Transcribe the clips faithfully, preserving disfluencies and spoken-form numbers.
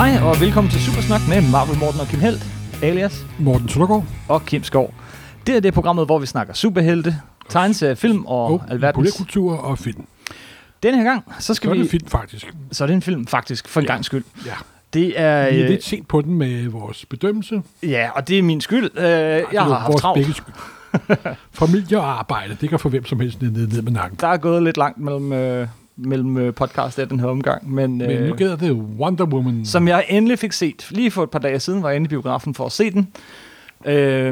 Hej og velkommen til Supersnak med Marvel Morten og Kim Helt, alias Morten Tullergaard og Kim Skov. Det er det programmet, hvor vi snakker superhelte, tegneserier, film og, og alverdens populærkultur og film. Denne her gang, så skal så vi... Så er det en film, faktisk. Så er det en film, faktisk, for en ja. gang skyld. Ja. Det er... Vi er lidt sent på den med vores bedømmelse. Ja, og det er min skyld. Uh, jeg ja, har haft travlt. Begge skyld. Familie og arbejde, det kan få hvem som helst ned, ned, ned med nakken. Der er gået lidt langt mellem... Uh, mellem podcast af den her omgang. Men, men nu gælder det Wonder Woman. Som jeg endelig fik set. Lige for et par dage siden var jeg inde i biografen for at se den. Øh,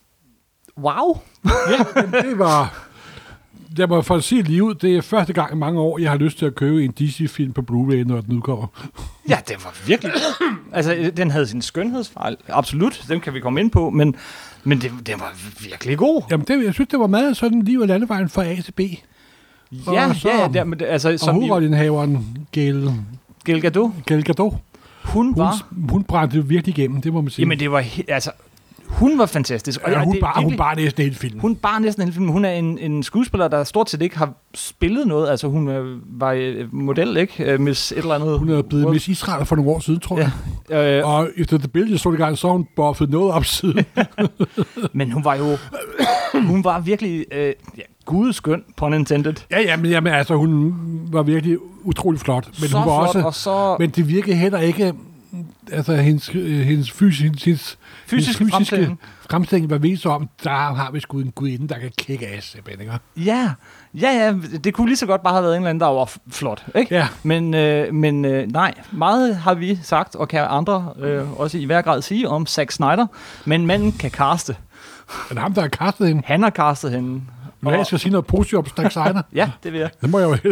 wow! Ja, det var... Jeg må for at sige lige ud, det er første gang i mange år, jeg har lyst til at købe en D C-film på Blu-ray, når den udkommer. Ja, det var virkelig... altså, den havde sin skønhedsfejl. Absolut, dem kan vi komme ind på, men, men det, den var virkelig god. Jamen, det, jeg synes, det var meget sådan liv og landevejen fra A til B. Ja, så, ja, der, men, altså, og som hovedrollenhaveren Gal... Gal Gadot. Gal Gadot. Hun var... Hun, hun brændte virkelig igennem, det må man sige. Jamen, det var... Altså, hun var fantastisk. Og ja, hun, det, bar, virkelig, hun bar næsten hele filmen. Hun bar næsten hele filmen. Hun er en, en skuespiller, der stort set ikke har spillet noget. Altså, hun øh, var model, ikke? Miss et eller andet. Hun er blevet Miss Israel for nogle år siden, tror jeg. Ja. Øh, og efter det billede, jeg så det gang, så hun buffet noget op siden. Men hun var jo... hun var virkelig... Øh, ja, gudskøn, pun intended. Ja, ja, men jamen, altså, hun var virkelig utrolig flot. Men så hun var flot, også... Og så... Men det virkede heller ikke... Altså, hendes, hendes, fys, hendes, hendes fysiske, fysiske fremstilling. fremstilling var vist om, der har vi sgu en gudinde, der kan kigge ass, ikke? Ja, ja, ja, det kunne lige så godt bare have været en eller anden, der var flot, ikke? Ja. Men, øh, men øh, nej, meget har vi sagt, og kan andre øh, også i hver grad sige om Zack Snyder, men manden kan kaste. Er det ham, der har castet hende? Han har castet hende. Men jeg skal sige noget positivt om Zack Snyder. Ja, det vil jeg. Det må jeg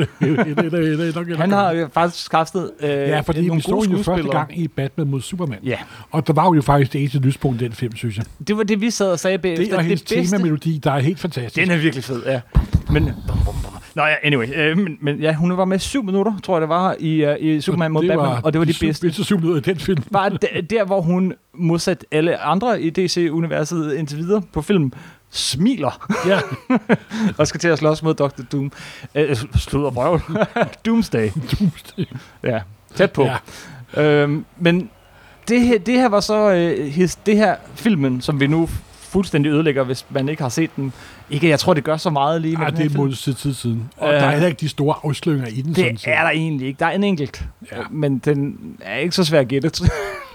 jo... Han har jo faktisk castet øh, ja, fordi nogle vi stod jo første skuespillere. gang i Batman mod Superman. Ja. Og der var jo faktisk det eneste lyspunkt i den film, synes jeg. Det var det, vi sad og sagde bagefter. Det er hendes temamelodi, der er helt fantastisk. Den er virkelig fed, ja. Men... Nå ja, anyway. Øh, men, men ja, hun var med syv minutter, tror jeg det var, i, uh, i Superman mod Batman, og det var de, de bedste. Det var syv minutter i den film. Bare der, der, hvor hun modsat alle andre i D C-universet indtil videre på film, smiler. Ja. og skal til at slås mod doktor Doom. Øh, slud og brøv. Doomsday. Doomsday. Ja, tæt på. Ja. Øhm, men det her, det her var så øh, his, det her filmen, som vi nu fuldstændig ødelægger, hvis man ikke har set den. Ikke, jeg tror, det gør så meget lige med Ej, den her det er film. måned tid siden. Og øh, der er heller ikke de store afsløringer i den. Det sådan er set. der egentlig ikke. Der er en enkelt. Ja. Men den er ikke så svær at gætte.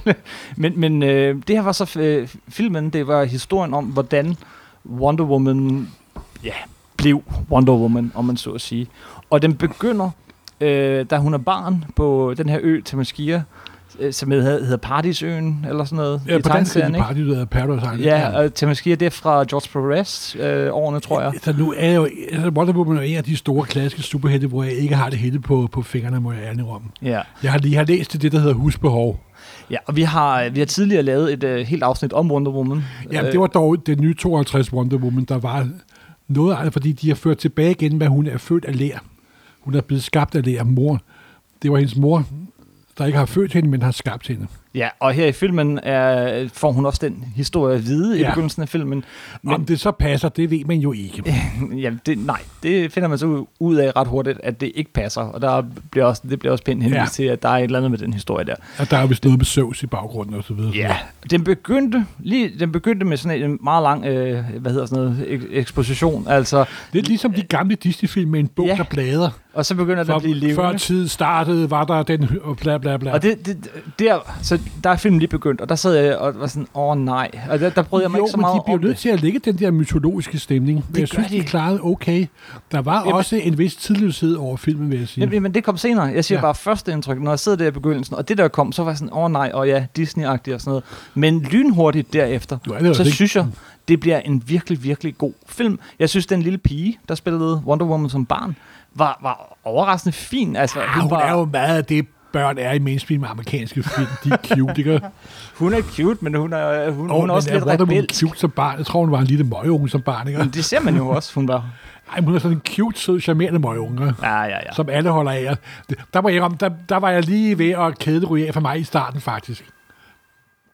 men men øh, det her var så øh, filmen, det var historien om, hvordan Wonder Woman ja, blev Wonder Woman, om man så at sige. Og den begynder, øh, da hun er barn på den her ø, Themyscira, øh, som hedder, hedder Paradisøen, eller sådan noget. Ja, i på dansk hedder ikke? Paradis, hedder Paradise Island. Ja, og Themyscira, det er fra George Perez øh, årene, tror jeg. Så nu er jo, altså Wonder Woman er en af de store klassiske superhelte, hvor jeg ikke har det hele på, på fingrene, må jeg ærlig om. Ja. Jeg har lige har læst det, der hedder Husbehov. Ja, og vi har, vi har tidligere lavet et uh, helt afsnit om Wonder Woman. Ja, det var dog det nye tooghalvtreds Wonder Woman, der var noget af det, fordi de har ført tilbage igen, hvad hun er født af ler. Hun er blevet skabt af ler, mor. Det var hendes mor, der ikke har født hende, men har skabt hende. Ja, og her i filmen er, får hun også den historie at vide ja. i begyndelsen af filmen. Men om det så passer, det ved man jo ikke. ja, det, nej, det finder man så ud af ret hurtigt, at det ikke passer. Og der bliver også, det bliver også pænt henvist ja. til, at der er et eller andet med den historie der. Og der er vist noget med Zeus i baggrunden og så videre. Ja, den begyndte, lige, den begyndte med sådan en meget lang øh, hvad hedder sådan noget, ek- eksposition. Altså, det er ligesom de gamle Disney-film med en bog, ja. der bladrer. Og så begynder det at blive levende. Før tid startede, var der den og bla bla bla. Og det, det, der, så der er filmen lige begyndt, og der sad jeg og var sådan, åh nej. Og der, der brød jeg mig jo, ikke så meget om Jo, men de bliver nødt til at lægge den der mytologiske stemning. Det jeg synes, de klarede okay. Der var jamen, også en vis tidløshed over filmen, vil jeg sige. Jamen, men det kom senere. Jeg siger ja. bare første indtryk, når jeg sidder der i begyndelsen, og det der kom, så var jeg sådan, åh nej, og ja, Disney-agtigt og sådan noget. Men lynhurtigt derefter, jo, så synes jeg, det bliver en virkelig, virkelig god film. Jeg synes, den lille pige, der spillede Wonder Woman som barn, var, var overraskende fin. Altså, ja, hun, hun var, er jo meget af det, børn er i mainstream amerikanske film. De er cute, ikke? Hun er cute, men hun er, hun, oh, hun er også lidt rebelsk. Hun cute som barn. Jeg tror, hun var en lille møgeunge som barn, ikke? Men det ser man jo også, hun var. Nej, hun er sådan en cute, sød, charmerende møgeunge, ja, ja, ja. som alle holder af. Der var, jeg, der, der var jeg lige ved at kæde ryge af for mig i starten, faktisk.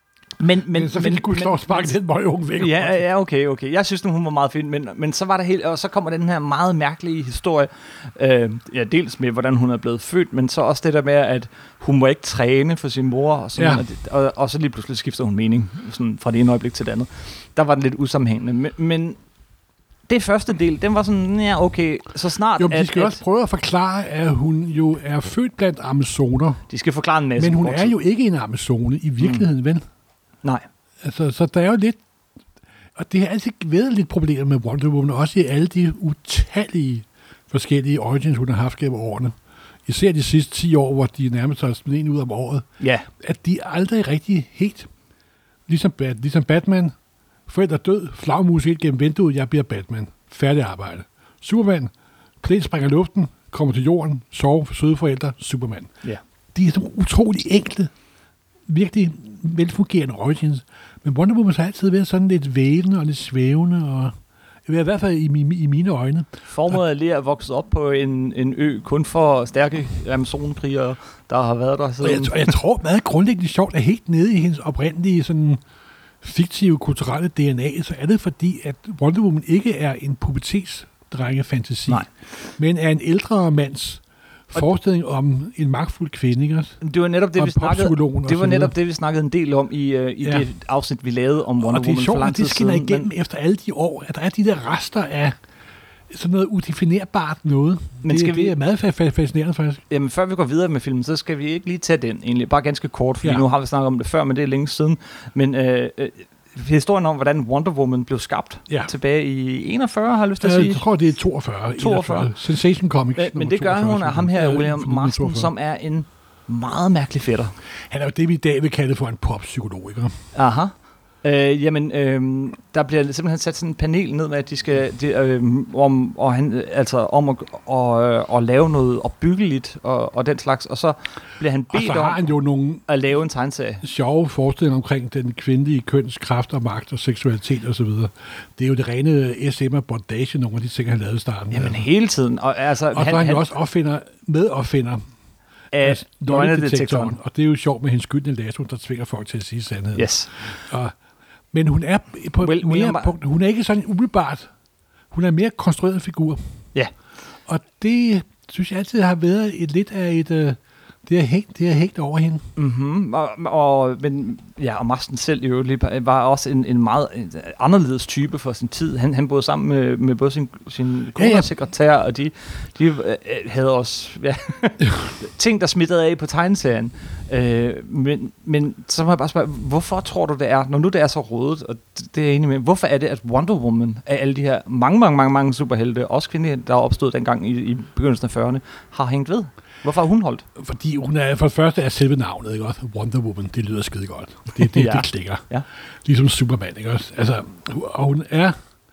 Men, men, så fik Gud slå sparke den møg unge væk. Ja, ja, okay, okay. Jeg synes nu, hun var meget fin, men, men så var det helt, og så kommer den her meget mærkelige historie, øh, ja, dels med, hvordan hun er blevet født, men så også det der med, at hun må ikke træne for sin mor, og, sådan, ja. og, og, og så lige pludselig skifter hun mening, sådan fra det ene øjeblik til det andet. Der var det lidt usammenhængende, men, men det første del, den var sådan, ja, okay, så snart... Jo, men de at, skal at, også prøve at forklare, at hun jo er født blandt amazoner. De skal forklare en masse. Men hun er jo ikke en amazone i virkeligheden, mm. vel? Nej. Altså, så der er jo lidt... Og det har altid været lidt problemer med Wonder Woman, også i alle de utallige forskellige origins, hun har haft gennem årene. Især de sidste ti år, hvor de nærmest har smidt en ud om året. Ja. At de aldrig rigtig helt... Ligesom, ligesom Batman... Forældre død, flagmus helt gennem vinduet, jeg bliver Batman. Færdig arbejde. Superman, plæn springer luften, kommer til jorden, sover for søde forældre, Superman. Ja. De er så utrolig enkle, virkelig velfungerende origins. Men Wonder Woman har altid været sådan lidt vælende og lidt svævende, og i hvert fald i, i, i mine øjne. Formålet er lige at vokse op på en, en ø, kun for stærke Amazon-krigere, der har været der siden. Og jeg, og jeg tror meget grundlæggende sjovt, at helt nede i hendes oprindelige sådan fiktive, kulturelle D N A, så er det fordi, at Wonder Woman ikke er en pubertetsdrengefantasi, men er en ældre mands forestilling om en magtfuld kvinde, ikke? Det var netop det, vi snakkede, det var netop det, vi snakkede en del om i, uh, i ja. det afsnit, vi lavede om Wonder Woman for lang tid siden. Og det er sjovt, at det skinner igennem men... efter alle de år, at der er de der rester af sådan noget udefinerbart noget. Men det, skal vi... det er meget fascinerende faktisk. Jamen, før vi går videre med filmen, så skal vi ikke lige tage den egentlig. Bare ganske kort, fordi ja. nu har vi snakket om det før, men det er længe siden. Men øh, øh, historien om, hvordan Wonder Woman blev skabt ja. tilbage i enogfyrre, har jeg lyst til at sige. Jeg tror, det er toogfyrre. toogfyrre. Sensation Comics. Men, men det gør hun af ham her, William Marston, som er en meget mærkelig fætter. Han er jo det, vi i dag vil kalde for en poppsykolog, ikke? Aha. Øh, jamen, øh, der bliver simpelthen sat sådan en panel ned med, at de skal de, øh, om, og han, altså, om at, og, øh, at lave noget opbyggeligt og, og den slags, og så bliver han bedt om han jo nogle at lave en tegneserie. Sjove forestillinger omkring den kvindelige køns, kraft og magt og seksualitet osv. Det er jo det rene S M og bondage, nogle af de ting, han lavede i starten. Jamen hele tiden. Og, altså, og han, så er han jo også opfinder, medopfinder af nøgledetektoren. Og det er jo sjovt med hendes skyldende lasso, der tvinger folk til at sige sandheden. Yes. Og men hun er på well, mere William, punkt, hun er ikke sådan umiddelbart, hun er en mere konstrueret figur. Ja. Og det synes jeg altid har været et lidt af et, uh, det har hængt, det har hængt over hende. Mhm. Og, og men ja, og Marston selv jo var også en, en meget en anderledes type for sin tid. Han han boede sammen med, med både sin sin kone ja, ja. og sekretær, og de de øh, havde også ja, ting der smittede af på tegneserien. Øh, men, men så må jeg bare spørge, hvorfor tror du det er, når nu det er så rodet, og det er jeg enig med, hvorfor er det, at Wonder Woman af alle de her mange, mange, mange, mange superhelte, også kvinder, der er opstået dengang i, i begyndelsen af fyrrerne, har hængt ved? Hvorfor har hun holdt? Fordi hun er, for det første er selve navnet, ikke også? Wonder Woman, det lyder skide godt. Det, det, ja. det klikker. Ja. Ligesom Superman, ikke også? Altså, og hun er,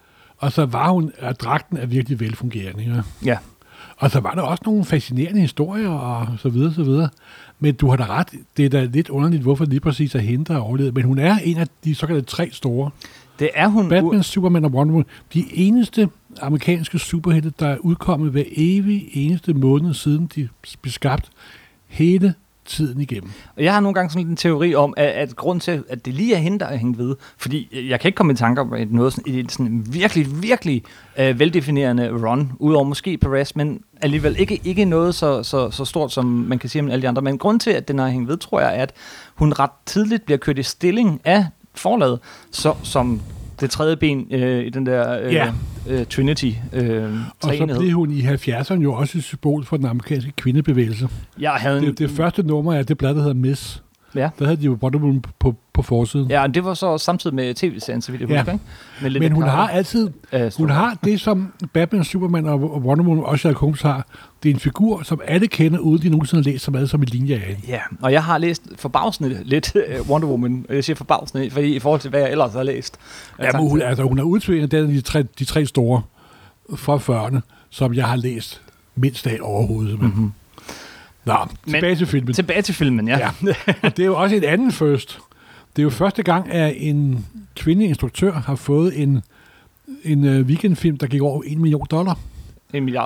og så var hun, at dragten er virkelig velfungerende, ikke? Ja. Og så var der også nogle fascinerende historier, og så videre, så videre. Men du har da ret, det er da lidt underligt, hvorfor lige præcis er hende, der er overlevet. Men hun er en af de såkaldte tre store. Det er hun. Batman, Superman og Wonder Woman. De eneste amerikanske superhelte, der er udkommet hver evig eneste måned siden de blev skabt hele tiden igennem. Og jeg har nogle gange sådan en teori om, at, at grund til, at det lige er hende, der er hængt ved, fordi jeg kan ikke komme i tanker om et, noget sådan, et sådan virkelig, virkelig øh, veldefinerende run, udover måske Perez, men alligevel ikke, ikke noget så, så, så stort, som man kan sige om alle de andre. Men grund til, at den er hængt ved, tror jeg, er, at hun ret tidligt bliver kørt i stilling af forlaget, så, som det tredje ben øh, i den der øh, ja. øh, Trinity øh, og så blev hun i halvfjerdserne jo også et symbol for den amerikanske kvindebevægelse. Jeg havde det, en, det første nummer af det blad, der hedder Miss. Ja. Der havde de jo Wonder Woman på, på forsiden. Ja, og det var så samtidig med tv-serien, så vidt jeg ja. husker, ikke? Men, Men hun har altid, øh, hun har det, som Batman, Superman og Wonder Woman og Sherlock Holmes har. Det er en figur, som alle kender, uden de nogensinde har læst så meget som en linje af. Ja, og jeg har læst forbavsende lidt uh, Wonder Woman, og jeg siger forbavsende, fordi i forhold til, hvad jeg ellers har læst. Ja, men hun, altså, hun har udtvinget den af de tre, de tre store fra fyrrerne, som jeg har læst mindst af overhovedet. Mm-hmm. Nå, tilbage Men, til filmen. Tilbage til filmen, ja. ja. Og det er jo også en anden first. Det er jo første gang, at en kvindelig instruktør har fået en, en uh, weekendfilm, der gik over en million dollar. En milliard.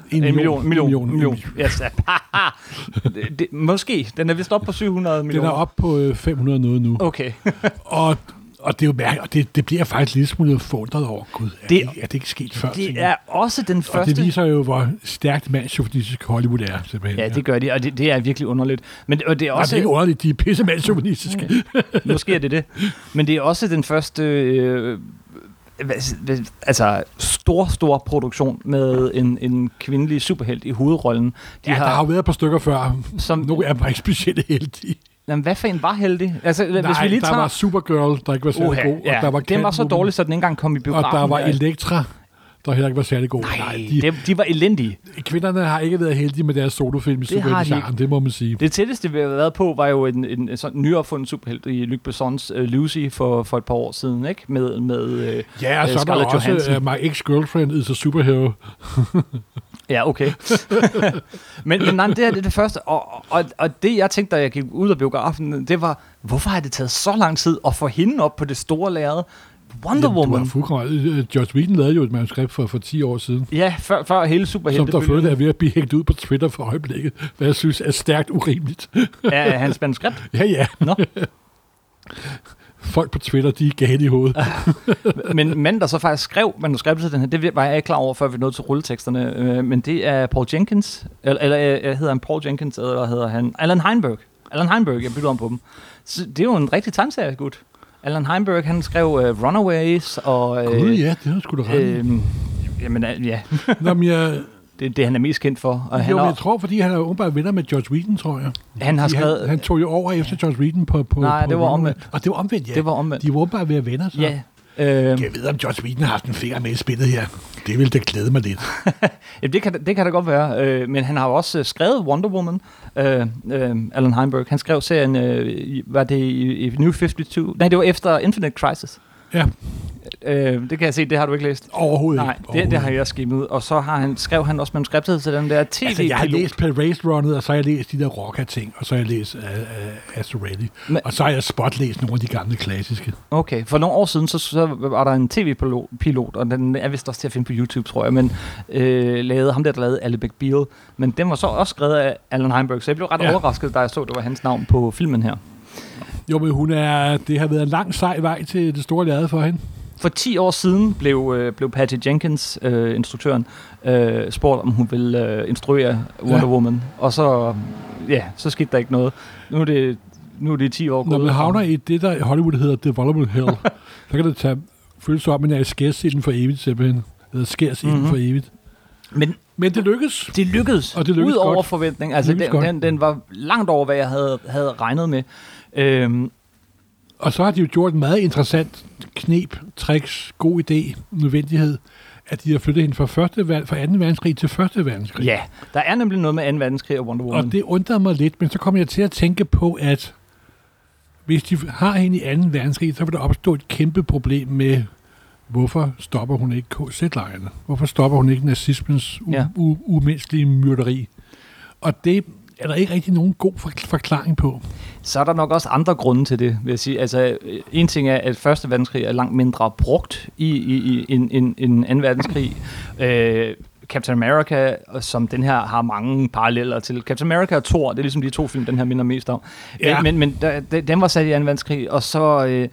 En En million. million. Million. En million. million. Yes. det, det, måske. Den er vist op på syv hundrede millioner. Den er op på øh, fem hundrede noget nu. Okay. og, og det er jo mærkeligt, og det, det bliver jeg faktisk lidt smule forundret over. Gud, er det, det, er det ikke sket før? Det er også den første... Og det viser jo, hvor stærkt mandsjournalistisk Hollywood er. Simpelthen. Ja, det gør de, og det, det er virkelig underligt. Men og det er også... Nej, det er ikke underligt, de er pisse mandsjournalistiske. Måske er det det. Men det er også den første... Øh, altså stor, stor produktion med en, en kvindelig superhelt i hovedrollen. De ja, har, der har jo været et par stykker før. Som, Nogle er bare ikke specielt heldige. Jamen, hvad for en var heldig? Altså, Nej, hvis vi lige der tager... var Supergirl, der ikke var særlig Uha, god. ja. Og der var den var så dårlig, så den ikke engang kom i biografen. Og der var Elektra, der heller ikke var særlig god. Nej, Nej de, de, de var elendige. Kvinderne har ikke været heldige med deres solofilm i superheltegenren, det må man sige. Det tætteste, vi har været på, var jo en, en, en sådan nyopfundet superhelt i Luc Bessons uh, Lucy for, for et par år siden, ikke? Med, med uh, ja, og så var der også uh, My Ex-Girlfriend is a Superhero. Ja, okay. men, men nej, det er det, det første. Og, og, og det, jeg tænkte, da jeg gik ud af biografen, det var, hvorfor har det taget så lang tid at få hende op på det store lærred? Wonder Woman. Jamen, du har Joss Whedon lavede jo et manuskript for, for ti år siden. Ja, før, før hele superhelte. Som der følte er ved at blive hægt ud på Twitter for øjeblikket, hvad jeg synes er stærkt urimeligt. Ja, hans manuskript? Ja, ja. Nå. Folk på Twitter, de er gale i hovedet. Men manden, der så faktisk skrev manuskriptet til den her, det var jeg ikke klar over, før vi nåede til rulleteksterne. Men det er Paul Jenkins, eller, eller hedder han Paul Jenkins, eller hedder han Alan Heinberg. Alan Heinberg, jeg bytter om på dem. Så det er jo en rigtig tegneserie, gut. Alan Heinberg, han skrev uh, Runaways og... Uh, Gud, ja, det har sgu da ret. Øh, jamen, ja. Nå, men jeg... Det, det han er mest kendt for. Og jo, han men er, jeg tror, fordi han er åbenbart venner med Joss Whedon, tror jeg. Han har skrevet... Han, han tog jo over efter Joss Whedon på... på Nej, på det var omvendt. Og det var omvendt, ja. Det var omvendt. De var åbenbart ved at venner, så. Ja. Øh, jeg ved, om Joss Whedon har haft en finger med i spillet her. Det ville da glæde mig lidt. Jamen, det kan, det kan da godt være. Øh, men han har jo også skrevet Wonder Woman. Øh, øh, Alan Heinberg. Han skrev serien... Øh, var det i, i New femoghalvtreds? Nej, det var efter Infinite Crisis. Ja. Øh, det kan jeg se, det har du ikke læst. Overhovedet Nej, ikke. det, det har jeg skimmet ud. Og så har han, skrev han også manuskriptet til den der tv-pilot. Altså, jeg har læst Race Runnet, og så har jeg læst de der Rocker-ting, og så har jeg læst uh, uh, Astro Ready. Men, og så har jeg spotlæst nogle af de gamle klassiske. Okay, for nogle år siden, så, så var der en tv-pilot, og den er vist også til at finde på YouTube, tror jeg, men øh, lavede ham der, der lavede Ally McBeal. Men den var så også skrevet af Alan Heinberg, så jeg blev ret ja. overrasket, da jeg så, det var hans navn på filmen her. Jo, men hun er, det har været en lang sej vej til det store lærred for hende. For ti år siden blev, øh, blev Patty Jenkins, øh, instruktøren, øh, spurgt, om hun ville øh, instruere Wonder ja. Woman. Og så, ja, så skete der ikke noget. Nu er det, nu er det ti år gået. Når man havner i det, der i Hollywood hedder development hell, så kan det tage følelse om, at man er skærs inden for evigt, simpelthen. Eller skærs mm-hmm. inden for evigt. Men, Men det lykkedes. Det lykkedes. Og det lykkedes ud over godt. forventning. Altså, den, den, den var langt over, hvad jeg havde, havde regnet med. Øhm, Og så har de jo gjort en meget interessant knep, tricks, god idé, nødvendighed, at de har flyttet hende fra, første, fra anden verdenskrig til første verdenskrig. Ja, der er nemlig noget med anden verdenskrig og Wonder Woman. Og det undrer mig lidt, men så kommer jeg til at tænke på, at hvis de har hende i anden verdenskrig, så vil der opstå et kæmpe problem med, hvorfor stopper hun ikke K Z-lejrene? Hvorfor stopper hun ikke nazismens u- ja. u- umenneskelige myrderi? Og det er der ikke rigtig nogen god forklaring på. Så er der nok også andre grunde til det, vil jeg sige. Altså, en ting er, at første verdenskrig er langt mindre brugt i, i, i en, en, en anden verdenskrig. Øh, Captain America, som den her har mange paralleller til. Captain America og Thor, det er ligesom de to film, den her minder mest om. Ja. Øh, men men der, den var sat i anden verdenskrig, og så... Øh,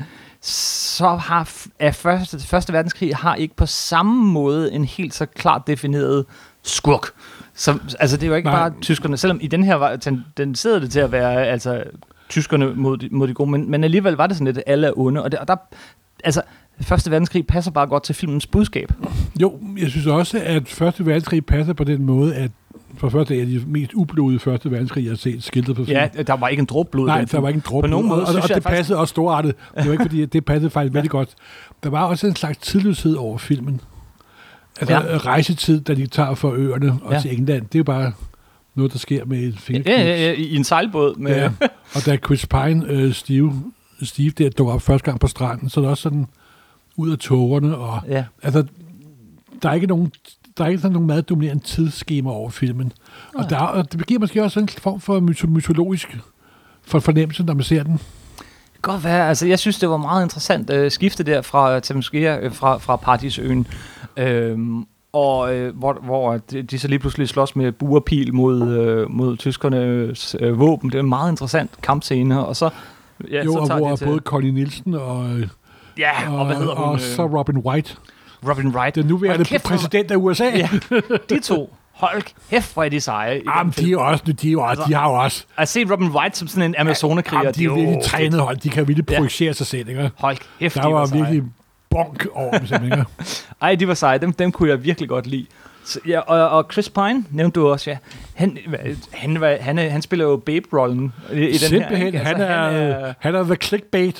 så har af første, første verdenskrig har ikke på samme måde en helt så klart defineret skurk. Så, altså det er jo ikke Nej. bare tyskerne, selvom i den her var tendenserede det til at være altså tyskerne mod de, mod de gode, men, men alligevel var det sådan lidt, at alle er onde, og, det, og der, altså første verdenskrig passer bare godt til filmens budskab. Jo, jeg synes også, at første verdenskrig passer på den måde, at for første er de mest ublodige første verdenskrig, jeg har set skiltet på film. Ja, der var ikke en dråbe blod. Nej, der var ikke en dråbe på nogen måde, og, og, og det passede faktisk også storartet. Det var ikke fordi, det passede faktisk ja. Veldig godt. Der var også en slags tidløshed over filmen. Altså ja. Rejsetid, da de tager fra øerne og ja. Til England, det er jo bare noget, der sker med et fingerknips. Ja, ja, ja, i en sejlbåd. Med ja. Og da Chris Pine, øh, Steve, Steve der dukker op første gang på stranden, så er det også sådan ud af tågerne. Og, ja. Altså, der er ikke nogen... Der er ikke sådan nogen meget dominerende tidsskema over filmen. Ja. Og, der, og det giver måske også en form for myto- mytologisk for fornemmelse, når man ser den. Det kan godt være. Altså, jeg synes, det var meget interessant uh, skifte der fra Themyscira, uh, fra, fra Paradisøen. Øhm, og øh, hvor, hvor de, de så lige pludselig slås med buerpil mod, øh, mod tyskernes øh, våben. Det er en meget interessant kampscene, og så... Ja, jo, så og hvor til, både Connie Nielsen og... Ja, og, og hvad hedder hun? Og så Robin Wright. Robin Wright. Den nuværende kæft, præsident af U S A. Ja, de to. Hold kæft, hvor er de seje. Jamen, de, er også, de, er også, altså, de har jo også... At se Robin Wright som sådan en Amazonekriger. Ja, de er jo virkelig trænet hold. De kan virkelig projicere ja. sig selv, ikke? Hold kæft, der de var, var seje. virkelig bonk over dem, simpelthen. Ej, de var seje. Dem, dem kunne jeg virkelig godt lide. Så, ja, og, og Chris Pine nævnte du også, ja. Han, han, han, han, han spiller jo Babe-rollen i, i den her. Simpelthen, han, altså, han, er, han er the clickbait.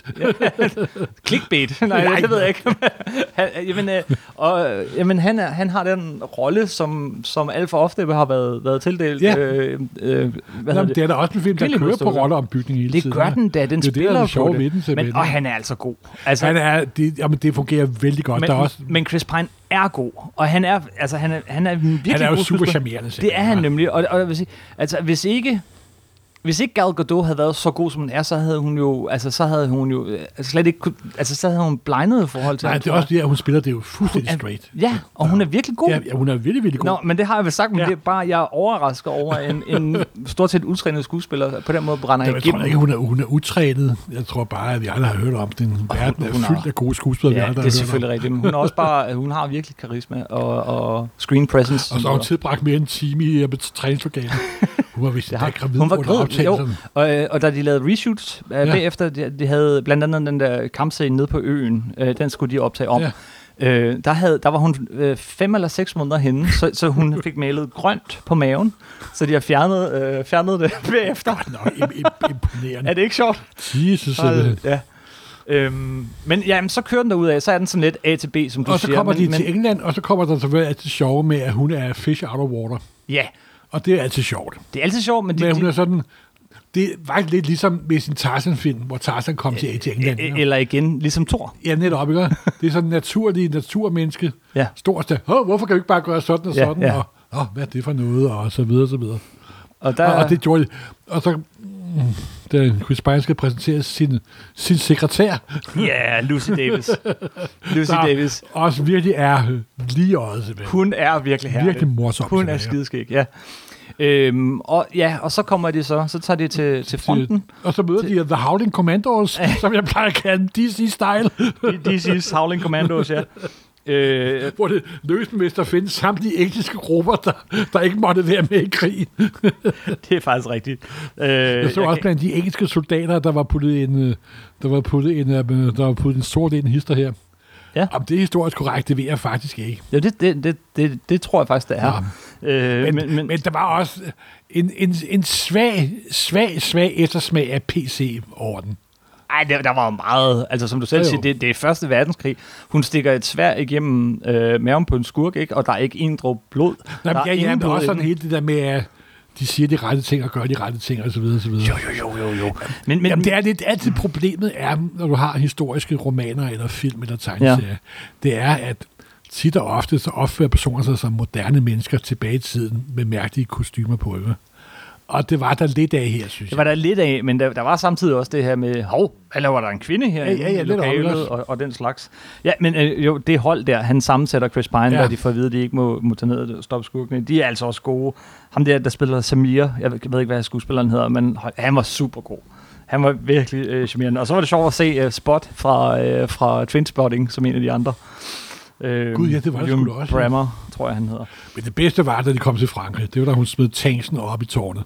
Clickbait? Nej, Nej, det ved jeg ikke. han, jamen, øh, og, jamen, han, er, han har den rolle, som, som alt for ofte har været, været tildelt. Ja. Øh, øh, hvad Jamen, det? det er der også en film, der kører på rolleombygning hele det tiden. Det gør den da, den det spiller det, på det. Ved den, men, og han er altså god. Altså, han er, det, jamen, det fungerer vældig godt. Men, der er også, men Chris Pine er god, og han er, altså, han er, han er virkelig han er jo god super skuespiller. charmerende. Det er han nemlig, og, og jeg vil sige, altså, hvis ikke... Hvis ikke Gal Gadot havde været så god, som hun er, så havde hun jo, altså, så havde hun jo altså, slet ikke, altså, så havde hun blegnet i forhold til... Nej, det er også det, at hun spiller det jo fuldstændig straight. Ja, og hun er virkelig god. Ja, ja, hun er virkelig, virkelig god. Nå, men det har jeg vel sagt, men ja. Det er bare, jeg er overrasket over en, en stort set utrænet skuespiller, på den måde brænder jeg igennem. Jeg tror ikke, hun er, hun er utrænet. Jeg tror bare, at vi aldrig har hørt om den. Verden er fyldt af gode skuespillere, ja, vi aldrig det er selvfølgelig rigtigt, men hun er også bare, hun har virkelig karisma og, og screen presence. Og så har hun tilbragt mere end en time i træningslokalet. Hun var vist ikke gravid hun var under optagelserne. Og, og da de lavede reshoots øh, ja. bagefter, de, de havde blandt andet den der kampscene nede på øen, øh, den skulle de optage om. Ja. Øh, der, havde, der var hun øh, fem eller seks måneder henne, så, så hun fik malet grønt på maven, så de har fjernet, øh, fjernet det bagefter. Nå, imponerende. Er det ikke sjovt? Jesus. Og, ja. Øhm, men jamen, så kører den derud af, så er den sådan lidt A til B, som du siger. Og så siger, kommer men, de men, til England, og så kommer der selvfølgelig altid sjove med, at hun er fish out of water. Ja. Og det er altid sjovt. Det er altid sjovt, men... Men de, hun de, er sådan... Det var lidt ligesom med sin Tarzan-film, hvor Tarzan kom til, til England. E- eller igen, ligesom Thor. Ja, netop, ikke? Det er sådan en naturlig naturmenneske. Ja. Stort sted. Hvorfor kan vi ikke bare gøre sådan og sådan? Ja, ja. Og, Åh, hvad er det for noget? Og så videre, så videre. Og, der, og, og det gjorde de. Og så... Da Chris Pine skal præsentere sin, sin sekretær. Ja, yeah, Lucy Davis. Lucy der Davis. Også virkelig er lige øjet, simpelthen. Hun er virkelig herlig. Virkelig morsom. Hun er skideskæg, ja. Øhm, og ja, og så kommer de så, så tager de til, til fronten. Og så møder til, de The Howling Commandos, som jeg plejer at kalde D C-style. D C's Howling Commandos, ja. Øh, hvor det løsmester findes samtlige engelske grupper, der, der ikke måtte være med i krigen. Det er faktisk rigtigt. Øh, jeg så jeg også kan... blandt de engelske soldater, der var puttet en, der var puttet en, der var puttet en sort ind hister her. Ja. Om det er historisk korrekt, det ved jeg faktisk ikke. Ja, det, det, det, det, det tror jeg faktisk, det er. Ja. Øh, men, men, men, men der var også en, en, en svag, svag, svag eftersmag af P C over den. Ej, der, der var jo meget, altså som du selv ja, siger, det, det er første verdenskrig. Hun stikker et sværd igennem øh, maven på en skurk, ikke? Og der er ikke en dråbe blod. Nej, der ja, ja, men også sådan helt det der med, at de siger de rette ting og gør de rette ting, og så videre, og så videre. Jo, jo, jo, jo, jo. Men, men, Jamen, det er lidt altid problemet er, når du har historiske romaner, eller film, eller tegneserier, ja. Det er, at tit og ofte så opfører personer sig som moderne mennesker tilbage i tiden, med mærkelige kostymer på, ikke? Og det var der lidt af her, synes jeg. Det var der lidt af, men der, der var samtidig også det her med, hov, eller var der en kvinde her ja, ja, ja, i lokalet, og, og den slags. Ja, men øh, jo, det hold der, han sammensætter Chris Pine, ja. Der de får at vide, at de ikke må, må tage ned og stoppe skurkene. De er altså også gode. Ham der, der spiller Samir, jeg ved, jeg ved ikke, hvad skuespilleren hedder, men han var super god. Han var virkelig øh, charmerende. Og så var det sjovt at se uh, Spot fra, øh, fra Trainspotting, som en af de andre. Øh, Gud, ja, det var det sgu da også. Brammer, tror jeg, han hedder. Men det bedste var, da de kom til Frankrig. Det var, da hun smed tanksen op i tårnet.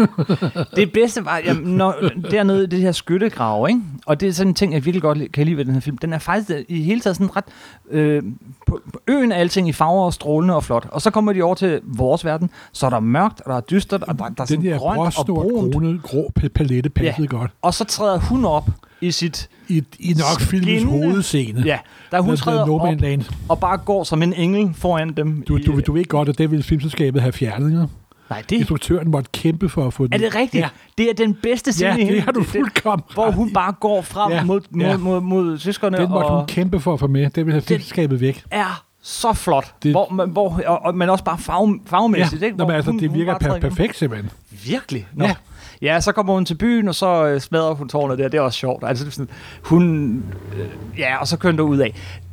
Det bedste var, jamen, når, dernede i det her skyttegrav, ikke? Og det er sådan en ting, jeg virkelig godt kan lide ved den her film. Den er faktisk i hele taget sådan ret... Øh, på, på øen er alting i farver og strålende og flot. Og så kommer de over til vores verden, så er der mørkt, og der er dystert, og der, der er sådan den grønt og brunt. Den grå palette passede ja. Godt. Og så træder hun op i sit... I, i nok filmens hovedscene. Ja, der hun der træder no op land. Og bare går som en engel foran dem. Du, du, du ved godt, at det ville filmselskabet have fjernet, ikke? Nej, det... Instruktøren måtte kæmpe for at få den. Er det rigtigt? Ja. Det er den bedste scene ja, i hele. det har du fuldkommen. Hvor hun bare går frem ja. mod, mod, ja. mod, mod, mod søskerne. Den måtte og hun kæmpe for at få med. Det ville have filmselskabet væk. Er så flot. Det... Hvor, hvor, og, og, men også bare farve, farvemæssigt. Ja. Ikke? Nå, men altså, hun, det virker per- perfekt, simpelthen. Virkelig? Nå. Ja. Ja, så kommer hun til byen, og så øh, smadrer hun tårnet der. Det er også sjovt. Altså, det er sådan, hun... Øh, ja, og så kører hun derud af.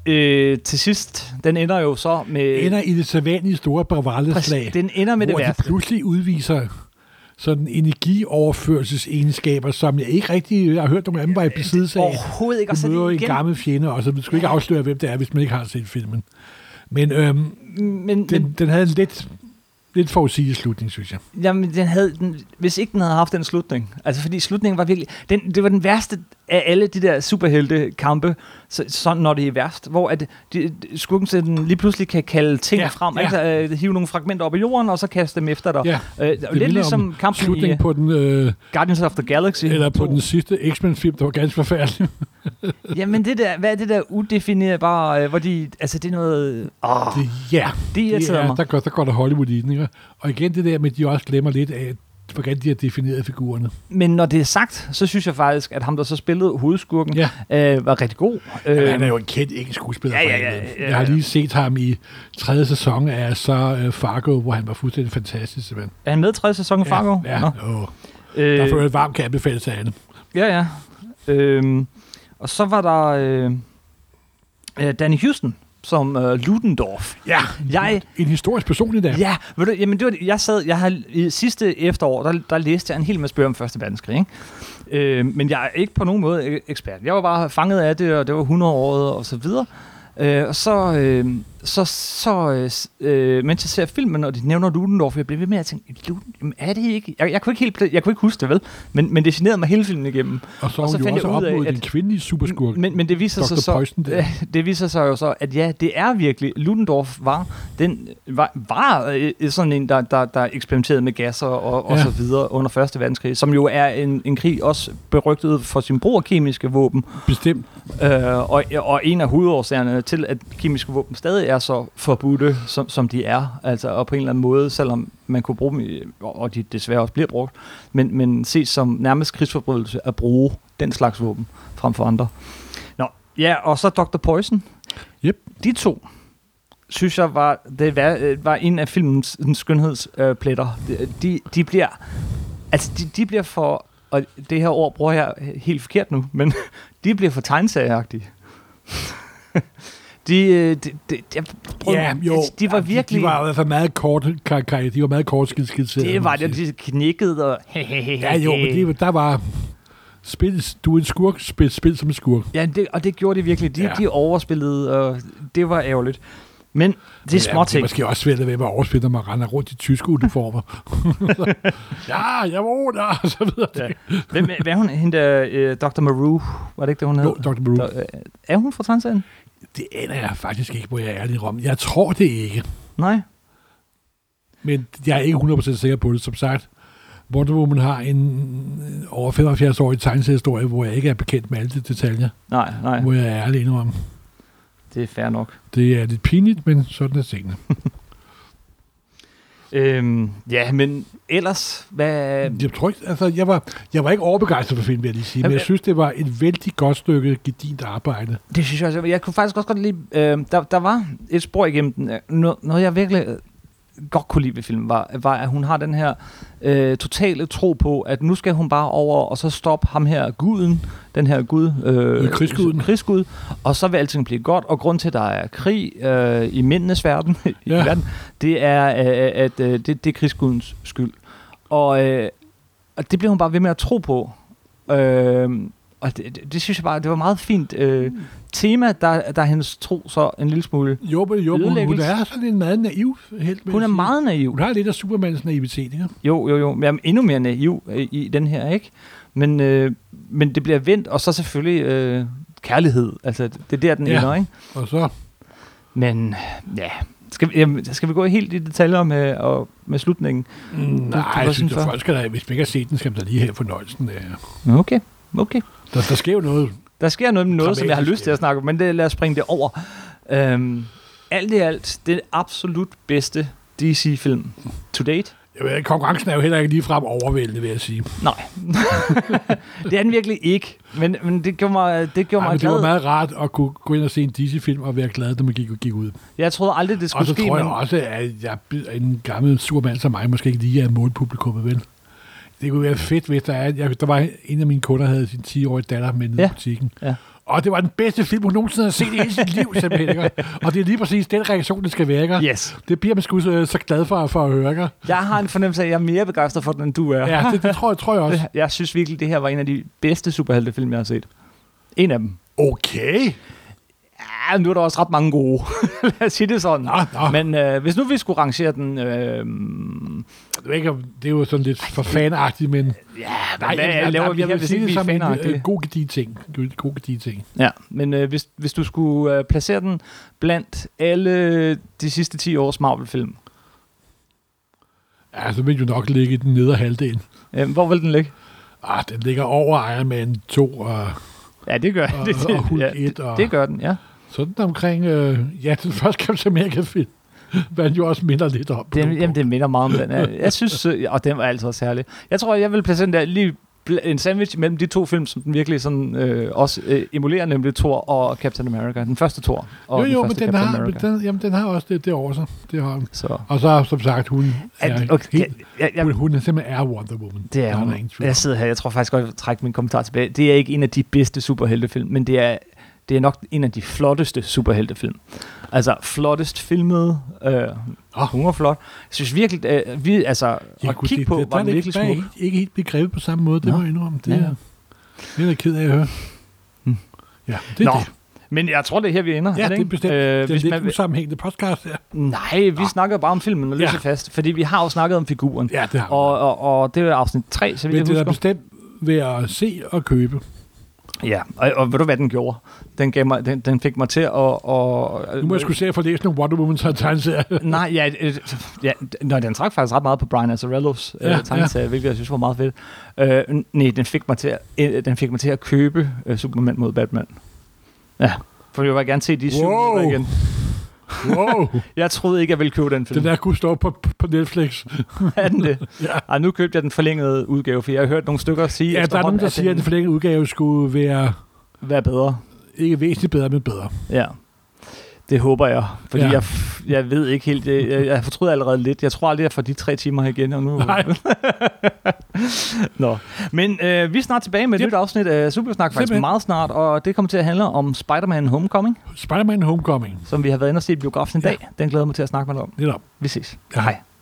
øh, til sidst, den ender jo så med... Ender i det sædvanlige store bravaleslag. Den ender med det værste. Hvor de pludselig udviser sådan energioverførselsegenskaber, som jeg ikke rigtig har hørt nogen af dem var i besiddelse af. Overhovedet ikke. Du møder en gammel fjende, og så du skal ikke afsløre, hvem det er, hvis man ikke har set filmen. Men, øhm, men, den, men den havde en lidt, lidt forudsigelig slutning, synes jeg. Jamen, den havde, den, hvis ikke den havde haft den slutning, altså fordi slutningen var virkelig, den, det var den værste af alle de der superhelte-kampe, så, sådan når det er værst, hvor at de, skurken sådan lige pludselig kan kalde ting ja, frem, ja. Altså, uh, hive nogle fragmenter op i jorden, og så kaste dem efter dig. Ja, uh, lidt ligesom kampen slutningen i på den, øh, Guardians of the Galaxy. Eller på to. Den sidste X-Men-film, der var ganske forfærdelig. Jamen, det der, hvad er det der udefinerbare, uh, hvor de, altså det er noget... Oh, det, ja, det irriterer er, mig. Der går, der går der Hollywood i den, ikke? Og igen det der med, at de også glemmer lidt af, hvordan de har defineret figurerne. Men når det er sagt, så synes jeg faktisk, at ham, der så spillede hovedskurken, ja. øh, var rigtig god. Ja, han er jo en kendt engelsk skuespiller. Ja, ja, ja, ja, ja. Jeg har lige set ham i tredje sæson af så uh, Fargo, hvor han var fuldstændig fantastisk. Simpelthen. Er han med i tredje sæson af Fargo? Ja, ja. Øh, der får et varmt kan anbefale til Anne. Ja, ja. Øhm, og så var der øh, Danny Houston som uh, Ludendorff. Ja, jeg, en historisk person i dag. Ja, ved du, jamen det var, jeg sad, jeg har i sidste efterår, der, der læste jeg en hel masse bøger om Første Verdenskrig, ikke? Øh, men jeg er ikke på nogen måde ekspert. Jeg var bare fanget af det, og det var hundrede-året og så videre. Øh, og så, øh, så, så øh, mens jeg ser filmen, og de nævner Ludendorff, jeg blev ved med at tænke, Luden, er det ikke? Jeg, jeg, kunne ikke helt, jeg kunne ikke huske det, vel? Men, men det generede mig hele filmen igennem. Og så, og så fandt jeg ud af, at den kvindelige superskurk, men, men det viser sig så, Poison, øh, det viser sig jo så, at ja, det er virkelig, Ludendorff var, den, var, var øh, sådan en, der, der, der eksperimenterede med gasser og, og ja. så videre under Første Verdenskrig, som jo er en, en krig også berygtet for sin brug af kemiske våben. Bestemt. Øh, og, og en af hovedårsagerne til, at kemiske våben stadig er så forbudte, som, som de er, altså, og på en eller anden måde, selvom man kunne bruge dem, i, og de desværre også bliver brugt, men, men ses som nærmest krigsforbrydelse at bruge den slags våben frem for andre. Nå, ja, og så doktor Poison. Yep. De to, synes jeg, var, det var, var en af filmens skønhedspletter. De, de, de bliver, altså, de, de bliver for, og det her ord bruger jeg helt forkert nu, men de bliver for tegneserieagtige. De, de, de, de, prøv, ja, jo, altså, de var virkelig... De var i hvert fald meget kort, kar, de var meget kort skidskidserede. Det var det, de knækkede og... ja, jo, men det, der var... Spil, du er en skurk, spil, spil som en skurk. Ja, det, og det gjorde de virkelig. De, ja. de overspillede, og det var ærgerligt. Men det er små ting. Det er måske også svært at være med at overspille, når man render rundt i tyske uniformer. ja, jeg var der, og så videre. Ja. Hvem, hvad er hun? Hende der, uh, doktor Maru, var det ikke det, hun hed? Jo, doktor Maru. Do, uh, er hun fra Transserien? Det aner jeg faktisk ikke, hvor jeg er ærlig om. Jeg tror det ikke. Nej. Men jeg er ikke hundrede procent sikker på det. Som sagt, Wonder Woman har en over femoghalvfjerds-årig tegneseriehistorie, hvor jeg ikke er bekendt med alle de detaljer. Nej, nej. Hvor jeg er ærlig om. Det er fair nok. Det er lidt pinligt, men sådan er tingene. øhm, ja, men ellers, hvad... Jeg tror ikke, altså, jeg var, jeg var ikke overbegejstret for filmen, vil jeg lige sige, men jeg synes, det var et vældig godt stykke gedint arbejde. Det synes jeg også. Jeg kunne faktisk også godt lide... Øh, der, der var et spor igennem den. Noget, noget jeg virkelig godt kunne lide ved filmen, var, var, at hun har den her øh, totale tro på, at nu skal hun bare over og så stoppe ham her guden, den her gud, øh, krigsguden. krigsgud, og så vil alting blive godt, og grund til, at der er krig øh, i mændenes verden, ja. i verden, det er, øh, at øh, det, det er krigsgudens skyld. Og, øh, og det bliver hun bare ved med at tro på. Øh, og det, det, det synes jeg bare, det var meget fint øh, tema, der, der er hendes tro så en lille smule jo, men, jo, hun, hun er sådan en meget naiv helt. Hun er meget naiv. Hun har lidt af Supermans naivitet, ikke? Jo, jo, jo. Men jeg er endnu mere naiv øh, i den her, ikke? Men, øh, men det bliver vendt, og så selvfølgelig øh, kærlighed. Altså, det er der, den ja. ender, ikke? Og så... Men, ja... Skal vi, jamen, skal vi gå helt i detaljer med, og, med slutningen? Mm, nej, du, jeg synes, at folk skal da, hvis man ikke har set den, skal man da lige have fornøjelsen. Ja. Okay, okay. Der, der sker jo noget. Der sker noget med noget, som jeg har lyst til at snakke om, men det, lad os springe det over. Øhm, alt i alt, det absolut bedste D C-film to date. Jeg ved, konkurrencen er jo heller ikke ligefrem overvældende, vil jeg sige. Nej. Det er den virkelig ikke. Men, men det gjorde mig, det gjorde Ej, mig glad. Det var meget rart at kunne gå ind og se en D C-film og være glad, når man gik, gik ud. Jeg troede aldrig, det skulle ske. Og så ske, tror jeg men... også, at jeg, en gammel surmand som mig måske ikke lige er målpublikummet, vel? Det kunne være fedt, hvis der er... Jeg, der var en af mine kunder, der havde sin ti-årige datter med nede ja. i butikken. Ja. Og det var den bedste film, hun nogensinde har set i hele sit liv, simpelthen. Ikke? Og det er lige præcis den reaktion, det skal være. Ikke? Yes. Det bliver man sgu så, så glad for, for at høre. Ikke? Jeg har en fornemmelse af, at jeg er mere begejstret for den, end du er. Ja, det, det tror, jeg, tror jeg også. Jeg synes virkelig, det her var en af de bedste superheltefilm, jeg har set. En af dem. Okay. Ja, nu er der også ret mange gode. Lad os sige det sådan. Nå, nå. Men øh, hvis nu vi skulle rangere den... Øh, Jeg ved ikke, om- det er jo sådan lidt for fanagtigt, men... ja, Nej, hvad jeg, laver jeg, vi jeg her, vil hvis sige ikke det vi er som en fanagtige? øh, god gedigen ting. God, god gedigen ting. Ja, men øh, hvis, hvis du skulle øh, placere den blandt alle de sidste ti års Marvel-film, Ja, så vil jo nok ligge i den nedre halvdel. øh, hvor vil den ligge? Ah, den ligger over Iron Man to og, Ja, det gør og, det. og Hulk ja, et. det, Og, det gør den, ja. sådan omkring... Øh, ja, den første Captain America-film. Hvad den jo også minder lidt om. på Det, nogle jamen, det minder meget om den. Jeg, jeg synes, øh, og den var altså også særlig. Jeg tror, jeg vil placere den der lige bl- en sandwich mellem de to film, som den virkelig sådan, øh, også øh, emulerer, nemlig Thor og Captain America. Den første Thor og Jo, den jo, men første den Captain har, men America. den, jamen, den har også det, det over sig. Det har den. Så. Og så, som sagt, hun er, At, okay, helt, jeg, jeg, hun, hun er simpelthen er Wonder Woman. det er Der hun. der ingen tvivl om. Jeg sidder her, jeg tror faktisk godt, jeg vil trække min kommentar tilbage. Det er ikke en af de bedste superheltefilm, men det er, det er nok en af de flotteste superheltefilm. Altså, flottest filmet, øh, Åh. hun var flot. Jeg synes virkelig, øh, vi, altså, Ja, at gud, kigge det- på, det- var der den er virkelig ikke, der er smuk. ikke, ikke helt begrebet på samme måde, det Nå. må jeg indrømme. Det, Ja. er, det er jeg ked af at høre. Hmm. Ja, det er Nå, det. men jeg tror, det er her, vi ender. Ja, det er ikke? bestemt. Øh, Det er hvis lidt man, usammenhængende podcast her. nej, vi Nå. snakker bare om filmen og løser Ja. fast, fordi vi har jo snakket om figuren. Ja, det har vi. Og, og, og det er afsnit tre, så vidt Men jeg det er husker. bestemt ved at se og købe. Ja, og, og ved du, hvad den gjorde? Den, gav mig, den, den fik mig til at... Og, Nu må jeg skulle se at få læst nogle Wonder Woman tegneserier. Nej, ja, øh, ja nøj, den trak faktisk ret meget på Brian Azzarellos Ja, øh, tegneserie, hvilket jeg synes var meget fedt. Øh, nej, den fik mig til at, øh, den fik mig til at købe øh, Superman mod Batman. Ja, for jeg vil gerne se de syv Wow. minutter igen. Wow, Jeg troede ikke, jeg ville købe den film. den der kunne stå på, på Netflix. Er den det? Ja. Ej, nu købte jeg den forlængede udgave, for jeg har hørt nogle stykker sige, Ja, der er efterhånden, nogen, der siger, at den forlængede udgave skulle være hvad er bedre. ikke væsentligt bedre, men bedre. Ja, det håber jeg, fordi Ja. ja. jeg, f- jeg ved ikke helt, jeg, jeg, jeg fortryder allerede lidt. Jeg tror aldrig, jeg får de tre timer her igen, og nu... Nej. Nå, men øh, vi er snart tilbage med et Yep. nyt afsnit af Supersnak, faktisk Simpelthen. meget snart, og det kommer til at handle om Spider-Man Homecoming, Spider-Man Homecoming. som vi har været inde og set i biografen i Ja. dag. Den glæder jeg mig til at snakke med dig om. Netop. Vi ses. Ja. Hej.